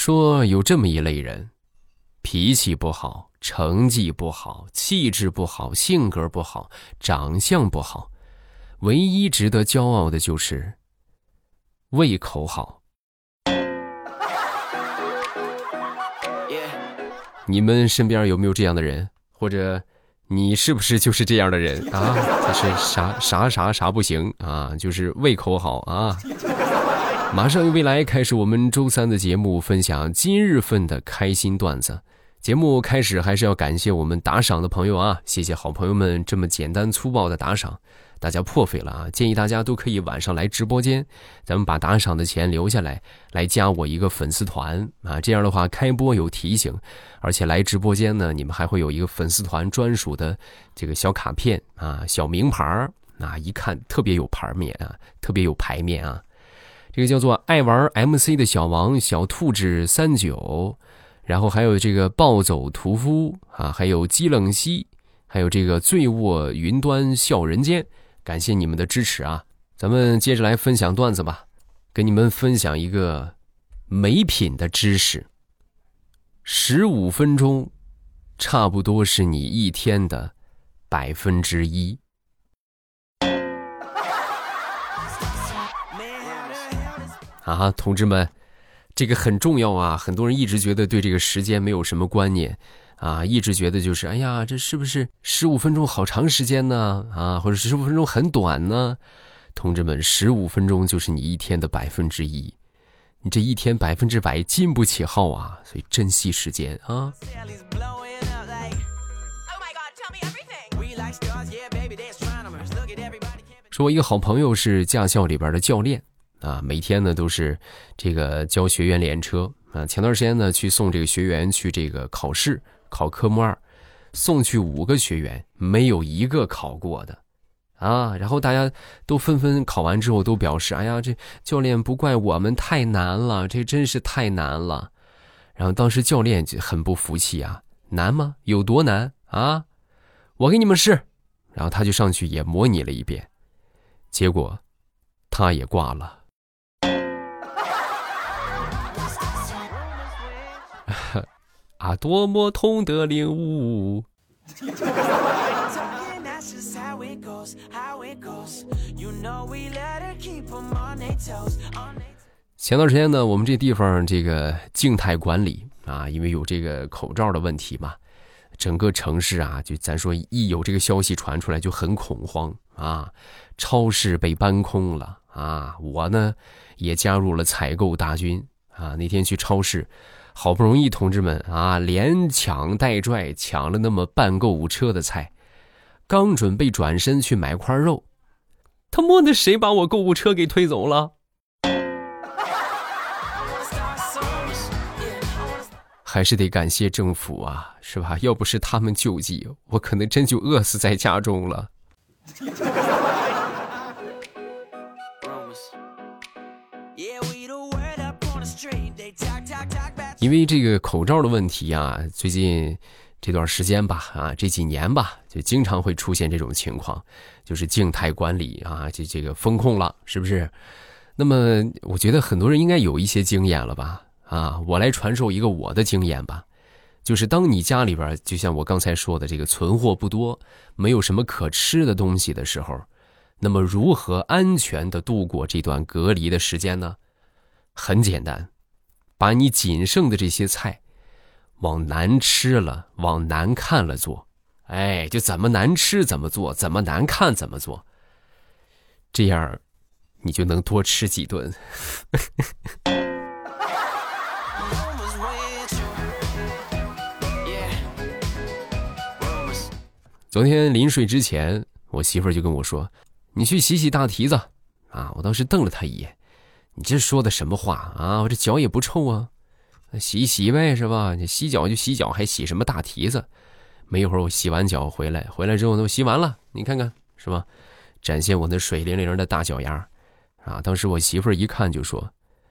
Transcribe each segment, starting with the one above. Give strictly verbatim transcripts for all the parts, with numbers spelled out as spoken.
说有这么一类人，脾气不好，成绩不好，气质不好，性格不好，长相不好，唯一值得骄傲的就是胃口好。你们身边有没有这样的人？或者你是不是就是这样的人啊？就是啥啥啥啥不行啊，就是胃口好啊。马上与未来开始我们周三的节目，分享今日份的开心段子。节目开始还是要感谢我们打赏的朋友啊，谢谢好朋友们这么简单粗暴的打赏，大家破费了啊！建议大家都可以晚上来直播间，咱们把打赏的钱留下来，来加我一个粉丝团啊，这样的话开播有提醒，而且来直播间呢，你们还会有一个粉丝团专属的这个小卡片啊，小名牌啊，一看特别有牌面啊，特别有牌面啊。这个叫做爱玩 M C 的小王、小兔子三九。然后还有这个暴走屠夫啊，还有基冷西，还有这个醉卧云端笑人间，感谢你们的支持啊！咱们接着来分享段子吧，跟你们分享一个美品的知识。十五分钟，差不多是你一天的百分之一。啊，同志们。这个很重要啊，很多人一直觉得对这个时间没有什么观念啊，一直觉得就是哎呀，这是不是十五分钟好长时间呢？啊，或者十五分钟很短呢？同志们，十五分钟就是你一天的百分之一，你这一天百分之百经不起耗啊，所以珍惜时间啊。说我一个好朋友是驾校里边的教练。啊，每天呢都是这个教学员练车啊。前段时间呢去送这个学员去这个考试，考科目二，送去五个学员，没有一个考过的啊。然后大家都纷纷考完之后都表示，哎呀，这教练不怪我们，太难了，这真是太难了。然后当时教练就很不服气啊，难吗？有多难啊？我给你们试。然后他就上去也模拟了一遍，结果他也挂了。啊，多么痛的领悟！前段时间呢，我们这地方这个静态管理啊，因为有这个口罩的问题嘛，整个城市啊，就咱说一有这个消息传出来就很恐慌啊，超市被搬空了啊，我呢也加入了采购大军啊，那天去超市。好不容易同志们啊，连抢带拽抢了那么半购物车的菜，刚准备转身去买块肉，他妈的谁把我购物车给推走了？还是得感谢政府啊，是吧？要不是他们救济，我可能真就饿死在家中了。因为这个口罩的问题啊，最近这段时间吧，啊，这几年吧，就经常会出现这种情况，就是静态管理啊，这这个风控了，是不是？那么我觉得很多人应该有一些经验了吧？啊，我来传授一个我的经验吧，就是当你家里边就像我刚才说的这个存货不多，没有什么可吃的东西的时候，那么如何安全地度过这段隔离的时间呢？很简单，把你仅剩的这些菜往难吃了，往难看了做，哎，就怎么难吃怎么做，怎么难看怎么做，这样你就能多吃几顿。昨天临睡之前，我媳妇儿就跟我说，你去洗洗大蹄子啊。我当时瞪了她一眼，你这说的什么话啊？我这脚也不臭啊，洗一洗呗，是吧？你洗脚就洗脚，还洗什么大蹄子？没一会儿我洗完脚回来，回来之后呢，我洗完了，你看看是吧？展现我那水灵灵的大脚丫啊！当时我媳妇儿一看就说，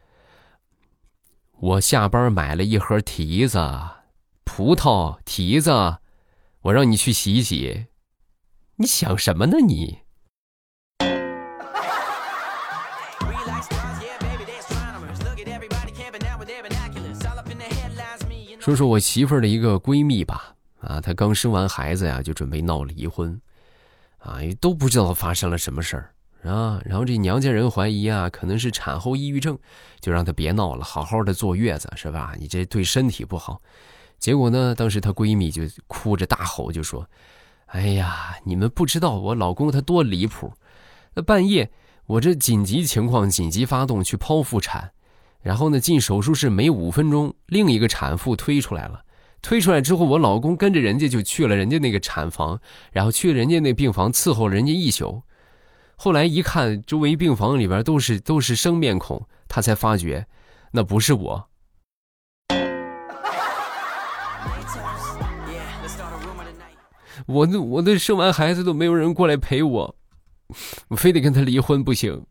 我下班买了一盒蹄子，葡萄蹄子，我让你去洗一洗，你想什么呢你？ 说说我媳妇儿的一个闺蜜吧，啊，她刚生完孩子呀，就准备闹离婚，啊，都不知道发生了什么事儿啊。然后这娘家人怀疑啊，可能是产后抑郁症，就让她别闹了，好好的坐月子是吧？你这对身体不好。结果呢，当时她闺蜜就哭着大吼，就说：“哎呀，你们不知道我老公他多离谱！那半夜我这紧急情况紧急发动去剖腹产。”然后呢，进手术室没五分钟，另一个产妇推出来了。推出来之后，我老公跟着人家就去了人家那个产房，然后去人家那病房伺候人家一宿。后来一看，周围病房里边都是都是生面孔，他才发觉那不是我。我那我那生完孩子都没有人过来陪我，我非得跟他离婚不行。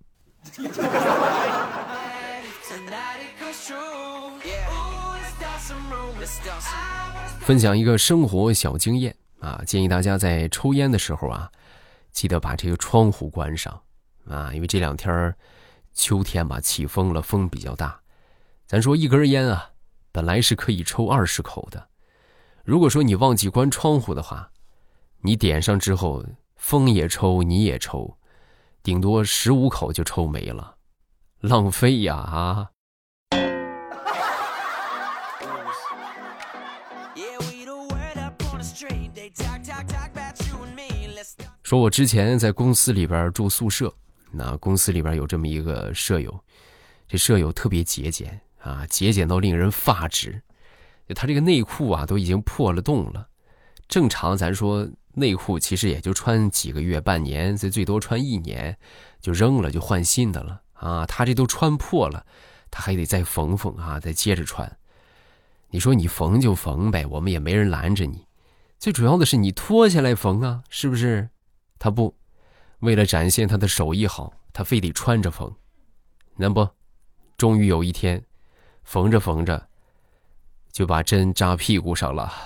分享一个生活小经验啊，建议大家在抽烟的时候啊，记得把这个窗户关上啊，因为这两天秋天吧，起风了，风比较大。咱说一根烟啊，本来是可以抽二十口的，如果说你忘记关窗户的话，你点上之后，风也抽，你也抽，顶多十五口就抽没了，浪费呀啊！说我之前在公司里边住宿舍，那公司里边有这么一个舍友，这舍友特别节俭啊，节俭到令人发指。他这个内裤啊都已经破了洞了，正常咱说内裤其实也就穿几个月半年，最最多穿一年就扔了，就换新的了啊。他这都穿破了，他还得再缝缝啊，再接着穿。你说你缝就缝呗，我们也没人拦着你，最主要的是你脱下来缝啊，是不是？他不，为了展现他的手艺好，他非得穿着缝。那不，终于有一天，缝着缝着，就把针扎屁股上了。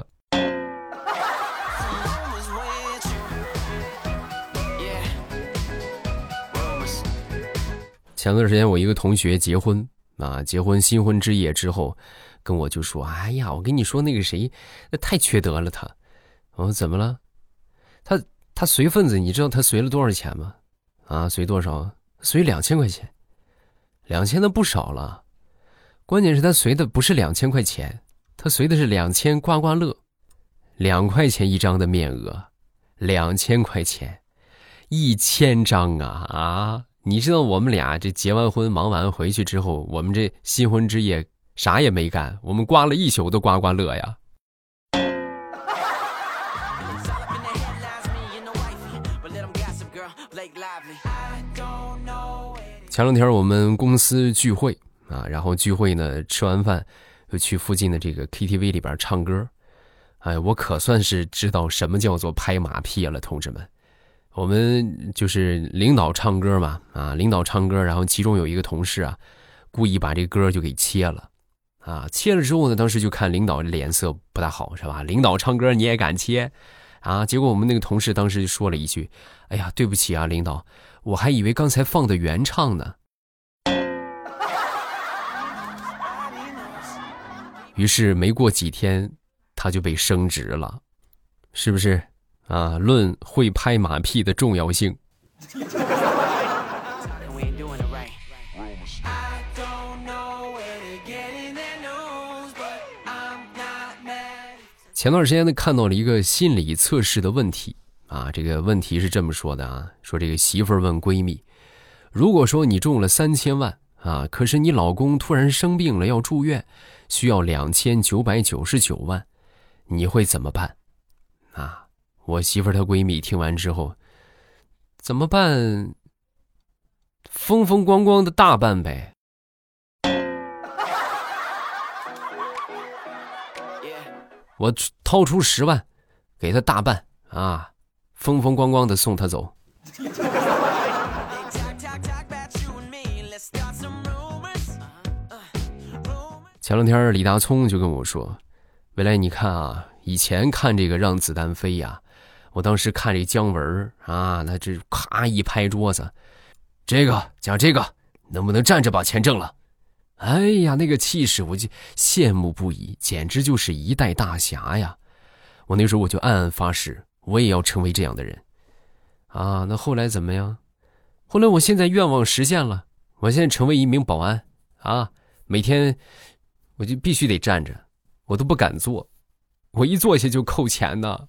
前段时间我一个同学结婚啊，结婚新婚之夜之后，跟我就说：“哎呀，我跟你说那个谁，那太缺德了他。”我说怎么了？他他随份子，你知道他随了多少钱吗？啊，随多少？随两千块钱，两千的不少了。关键是他随的不是两千块钱，他随的是两千刮刮乐，两块钱一张的面额，两千块钱，一千张啊啊！你知道我们俩这结完婚忙完回去之后，我们这新婚之夜啥也没干，我们刮了一宿的刮刮乐呀。前两天我们公司聚会啊，然后聚会呢，吃完饭就去附近的这个 K T V 里边唱歌。哎，我可算是知道什么叫做拍马屁了，同志们。我们就是领导唱歌嘛，啊，领导唱歌，然后其中有一个同事啊，故意把这歌就给切了，啊，切了之后呢，当时就看领导脸色不大好，是吧？领导唱歌你也敢切，啊，结果我们那个同事当时就说了一句：“哎呀，对不起啊，领导，我还以为刚才放的原唱呢。”于是没过几天，他就被升职了，是不是？啊，论会拍马屁的重要性。前段时间呢，看到了一个心理测试的问题啊，这个问题是这么说的啊，说这个媳妇儿问闺蜜，如果说你中了三千万啊，可是你老公突然生病了要住院，需要两千九百九十九万，你会怎么办？啊？我媳妇儿她闺蜜听完之后，怎么办？风风光光的大办呗。我掏出十万，给他大办啊，风风光光的送他走。前两天李大聪就跟我说：“未来你看啊，以前看这个《让子弹飞》呀。”我当时看这姜文啊，那这咔一拍桌子，这个讲这个，能不能站着把钱挣了？ 哎呀，那个气势我就羡慕不已，简直就是一代大侠呀！我那时候我就暗暗发誓，我也要成为这样的人。啊，那后来怎么样？后来我现在愿望实现了，我现在成为一名保安啊，每天我就必须得站着，我都不敢坐，我一坐下就扣钱呢。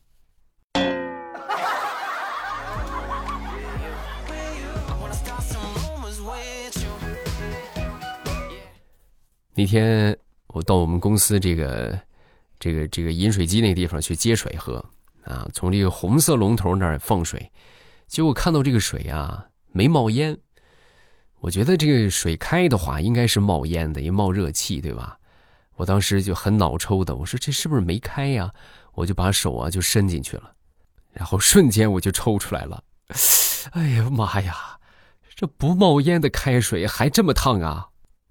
那天我到我们公司这个这个这个饮水机那个地方去接水喝啊，从这个红色龙头那儿放水，结果看到这个水啊没冒烟。我觉得这个水开的话应该是冒烟的，也冒热气，对吧？我当时就很脑抽的，我说这是不是没开呀？我就把手啊就伸进去了，然后瞬间我就抽出来了。哎呀妈呀，这不冒烟的开水还这么烫啊！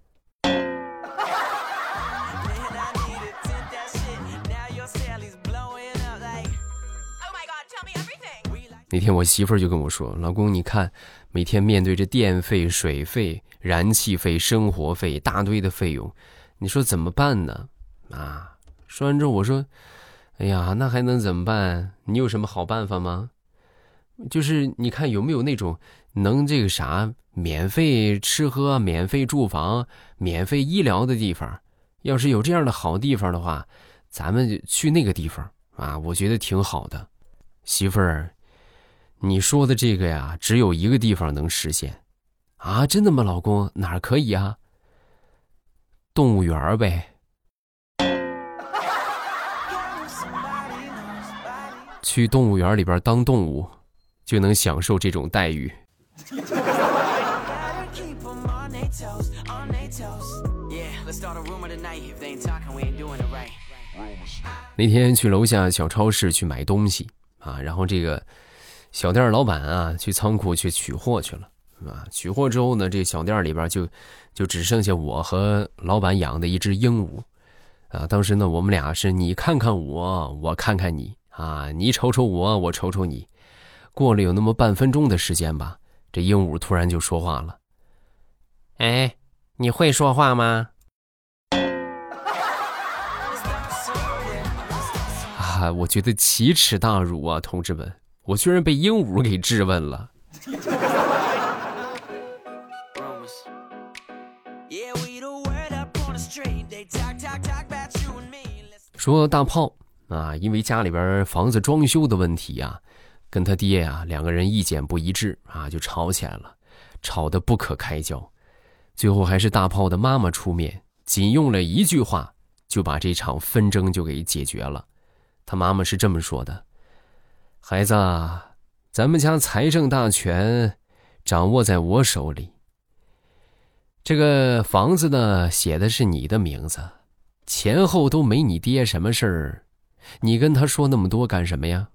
那天我媳妇儿就跟我说，老公你看每天面对着电费、水费、燃气费、生活费一大堆的费用，你说怎么办呢？啊，说完之后我说，哎呀，那还能怎么办？你有什么好办法吗？就是你看有没有那种能这个啥免费吃喝、免费住房、免费医疗的地方，要是有这样的好地方的话，咱们去那个地方啊，我觉得挺好的。媳妇儿，你说的这个呀，只有一个地方能实现。啊，真的吗，老公？哪儿可以啊？动物园呗。去动物园里边当动物，就能享受这种待遇。那天去楼下小超市去买东西啊，然后这个小店老板啊去仓库去取货去了啊。取货之后呢，这小店里边就就只剩下我和老板养的一只鹦鹉啊。当时呢，我们俩是你看看我，我看看你啊，你瞅瞅我，我瞅瞅你。过了有那么半分钟的时间吧，这鹦鹉突然就说话了：“哎，你会说话吗？”啊，我觉得奇耻大辱啊，同志们，我居然被鹦鹉给质问了。说大炮啊，因为家里边房子装修的问题啊，跟他爹啊两个人意见不一致啊，就吵起来了，吵得不可开交。最后还是大炮的妈妈出面，仅用了一句话就把这场纷争就给解决了。他妈妈是这么说的：“孩子，咱们家财政大权掌握在我手里。这个房子呢，写的是你的名字，前后都没你爹什么事儿，你跟他说那么多干什么呀？”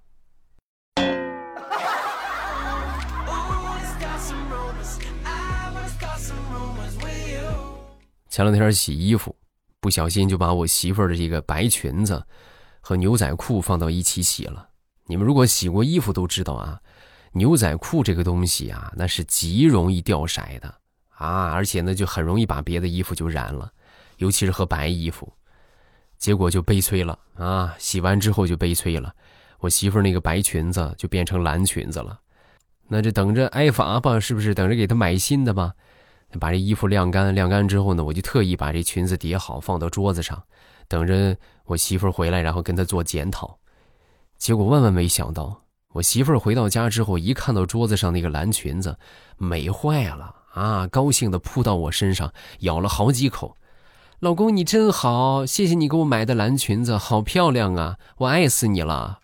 前两天洗衣服，不小心就把我媳妇儿的这个白裙子和牛仔裤放到一起洗了。你们如果洗过衣服都知道啊，牛仔裤这个东西啊，那是极容易掉色的啊，而且呢就很容易把别的衣服就染了，尤其是和白衣服。结果就悲催了啊，洗完之后就悲催了，我媳妇儿那个白裙子就变成蓝裙子了。那这等着挨罚吧，是不是？等着给她买新的吧。把这衣服晾干，晾干之后呢，我就特意把这裙子叠好放到桌子上，等着我媳妇儿回来，然后跟她做检讨。结果万万没想到，我媳妇儿回到家之后，一看到桌子上那个蓝裙子，美坏了啊，高兴地扑到我身上，咬了好几口。老公你真好，谢谢你给我买的蓝裙子，好漂亮啊，我爱死你了。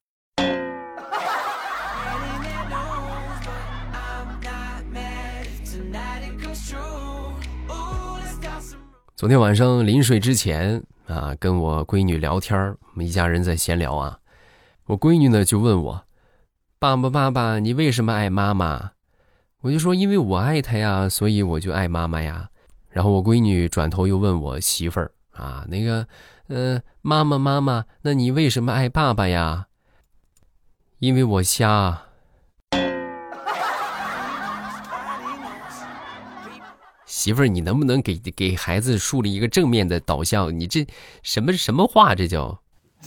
昨天晚上临睡之前啊，跟我闺女聊天，我们一家人在闲聊啊。我闺女呢就问我：“爸爸爸爸，你为什么爱妈妈？”我就说：“因为我爱她呀，所以我就爱妈妈呀。”然后我闺女转头又问我媳妇儿啊，那个，呃，妈妈妈妈，那你为什么爱爸爸呀？因为我瞎。 媳妇儿，你能不能给给孩子树立一个正面的导向？你这什么什么话？这叫。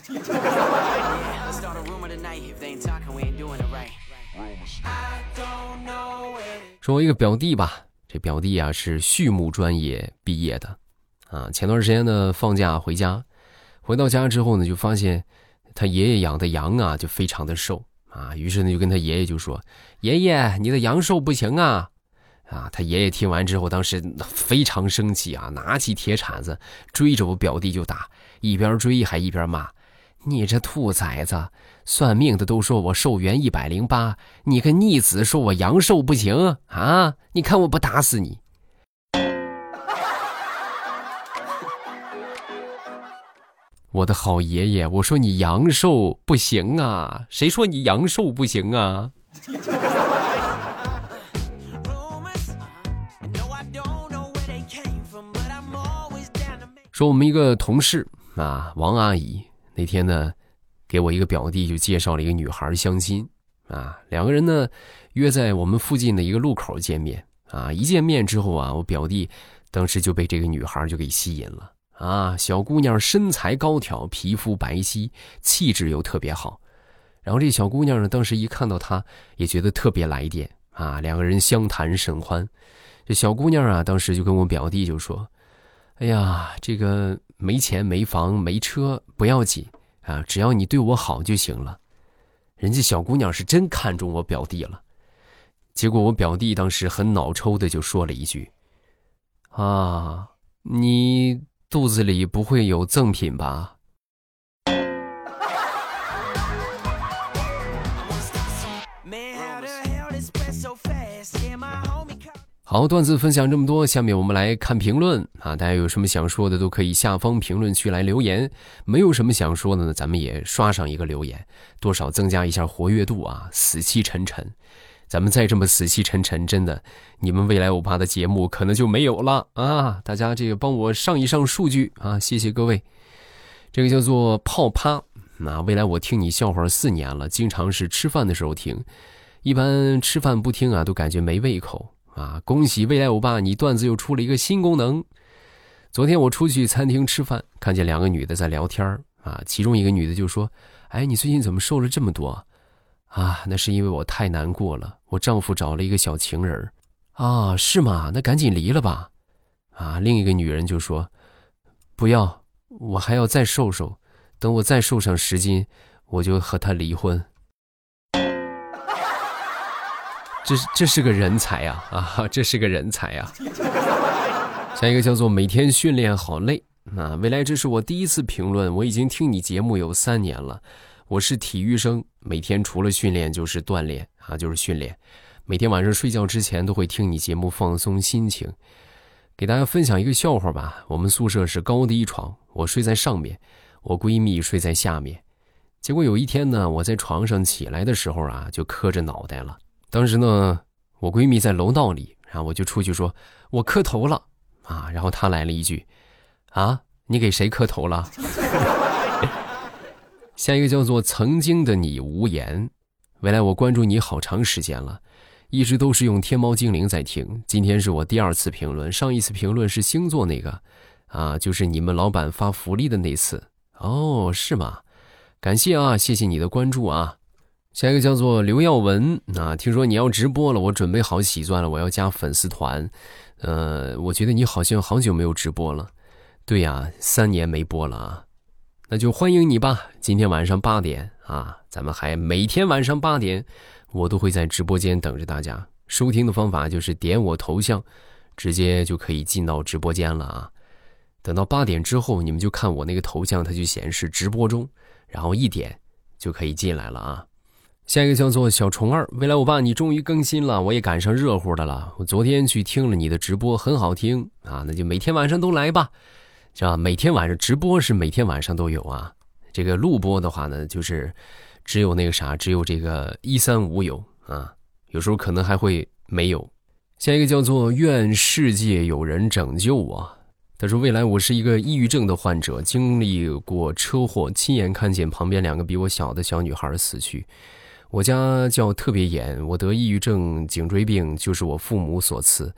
说我一个表弟吧，这表弟啊是畜牧专业毕业的，啊，前段时间呢放假回家，回到家之后呢，就发现他爷爷养的羊啊就非常的瘦啊，于是呢就跟他爷爷就说：“爷爷，你的羊瘦不行啊！”啊，他爷爷听完之后，当时非常生气啊，拿起铁铲子追着我表弟就打，一边追还一边骂：“你这兔崽子！算命的都说我寿元一百零八，你个逆子说我阳寿不行啊！你看我不打死你！”我的好爷爷，我说你阳寿不行啊，谁说你阳寿不行啊？说我们一个同事啊，王阿姨那天呢，给我一个表弟就介绍了一个女孩相亲啊，两个人呢约在我们附近的一个路口见面啊，一见面之后啊，我表弟当时就被这个女孩就给吸引了啊，小姑娘身材高挑，皮肤白皙，气质又特别好，然后这小姑娘呢，当时一看到她也觉得特别来电啊，两个人相谈甚欢。这小姑娘啊，当时就跟我表弟就说：“哎呀，这个没钱没房没车不要紧啊，只要你对我好就行了。”人家小姑娘是真看中我表弟了，结果我表弟当时很脑抽的就说了一句：“啊，你肚子里不会有赠品吧？”好，段子分享这么多，下面我们来看评论啊！大家有什么想说的都可以下方评论区来留言，没有什么想说的呢，咱们也刷上一个留言，多少增加一下活跃度啊！死气沉沉，咱们再这么死气沉沉，真的，你们未来欧巴的节目可能就没有了啊！大家这个帮我上一上数据啊，谢谢各位。这个叫做泡趴，那未来我听你笑话四年了，经常是吃饭的时候听，一般吃饭不听啊，都感觉没胃口。啊！恭喜未来欧巴，你段子又出了一个新功能。昨天我出去餐厅吃饭，看见两个女的在聊天啊，其中一个女的就说：“哎，你最近怎么瘦了这么多？”啊，那是因为我太难过了，我丈夫找了一个小情人。啊，是吗？那赶紧离了吧。啊，另一个女人就说：“不要，我还要再瘦瘦，等我再瘦上十斤，我就和他离婚。”这这是个人才呀！啊，这是个人才呀！下一个叫做每天训练好累啊，未来这是我第一次评论，我已经听你节目有三年了，我是体育生，每天除了训练就是锻炼啊，就是训练，每天晚上睡觉之前都会听你节目放松心情。给大家分享一个笑话吧，我们宿舍是高低床，我睡在上面，我闺蜜睡在下面，结果有一天呢，我在床上起来的时候啊，就磕着脑袋了。当时呢，我闺蜜在楼道里，然后我就出去说：“我磕头了啊！”然后她来了一句：“啊，你给谁磕头了？”下一个叫做曾经的你无言，未来我关注你好长时间了，一直都是用天猫精灵在听，今天是我第二次评论，上一次评论是星座那个啊，就是你们老板发福利的那次。哦，是吗？感谢啊，谢谢你的关注啊。下一个叫做刘耀文啊，听说你要直播了，我准备好喜钻了，我要加粉丝团。呃，我觉得你好像好久没有直播了。对呀，三年没播了啊。那就欢迎你吧，今天晚上八点啊，咱们还每天晚上八点，我都会在直播间等着大家。收听的方法就是点我头像，直接就可以进到直播间了啊。等到八点之后，你们就看我那个头像，它就显示直播中，然后一点就可以进来了啊。下一个叫做小虫儿，未来我爸你终于更新了，我也赶上热乎的了。我昨天去听了你的直播，很好听啊，那就每天晚上都来吧。这样每天晚上直播是每天晚上都有啊，这个录播的话呢，就是只有那个啥，只有这个一三五有啊，有时候可能还会没有。下一个叫做愿世界有人拯救我。他说未来我是一个抑郁症的患者，经历过车祸，亲眼看见旁边两个比我小的小女孩死去。我家叫特别严，我得抑郁症颈椎病就是我父母所赐，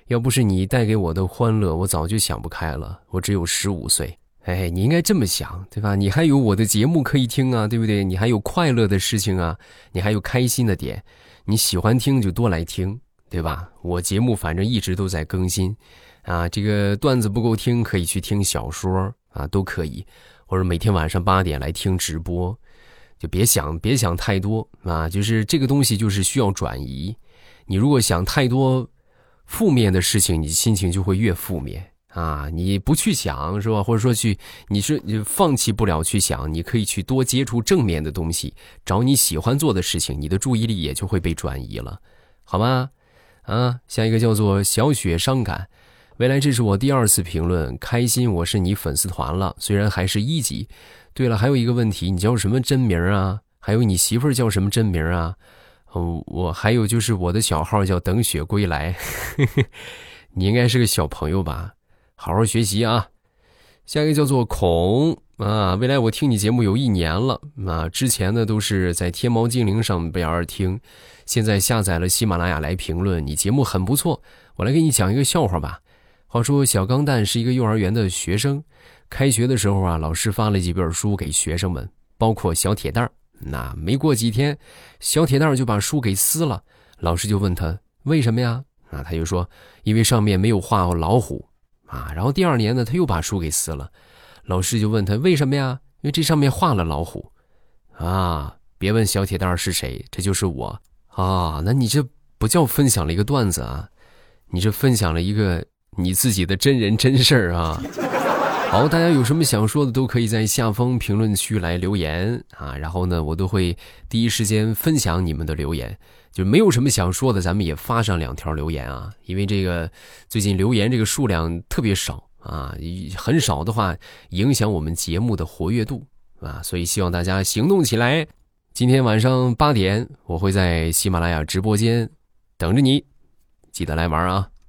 要不是你带给我的欢乐，我早就想不开了。我只有十五岁。哎，你应该这么想，对吧？你还有我的节目可以听啊，对不对？你还有快乐的事情啊，你还有开心的点，你喜欢听就多来听，对吧？我节目反正一直都在更新啊，这个段子不够听可以去听小说啊，都可以，或者每天晚上八点来听直播，就别想别想太多啊，就是这个东西就是需要转移。你如果想太多负面的事情，你心情就会越负面。啊，你不去想是吧？或者说去，你是你放弃不了去想，你可以去多接触正面的东西，找你喜欢做的事情，你的注意力也就会被转移了，好吗？啊，下一个叫做小雪伤感，未来这是我第二次评论，开心我是你粉丝团了，虽然还是一级。对了，还有一个问题，你叫什么真名啊？还有你媳妇儿叫什么真名啊？哦，我还有就是我的小号叫等雪归来，你应该是个小朋友吧？好好学习啊！下一个叫做孔啊，未来我听你节目有一年了啊，之前呢都是在天猫精灵上边听，现在下载了喜马拉雅来评论，你节目很不错，我来给你讲一个笑话吧。话说小钢蛋是一个幼儿园的学生，开学的时候啊，老师发了几本书给学生们，包括小铁蛋儿。那没过几天，小铁蛋儿就把书给撕了，老师就问他为什么呀？啊，他就说因为上面没有画老虎。啊，然后第二年呢，他又把书给撕了，老师就问他为什么呀？因为这上面画了老虎。啊，别问小铁蛋是谁，这就是我啊。那你这不叫分享了一个段子啊，你这分享了一个你自己的真人真事儿啊。好，大家有什么想说的都可以在下方评论区来留言啊，然后呢，我都会第一时间分享你们的留言。就没有什么想说的，咱们也发上两条留言啊，因为这个最近留言这个数量特别少啊，很少的话影响我们节目的活跃度啊，所以希望大家行动起来。今天晚上八点，我会在喜马拉雅直播间等着你，记得来玩啊。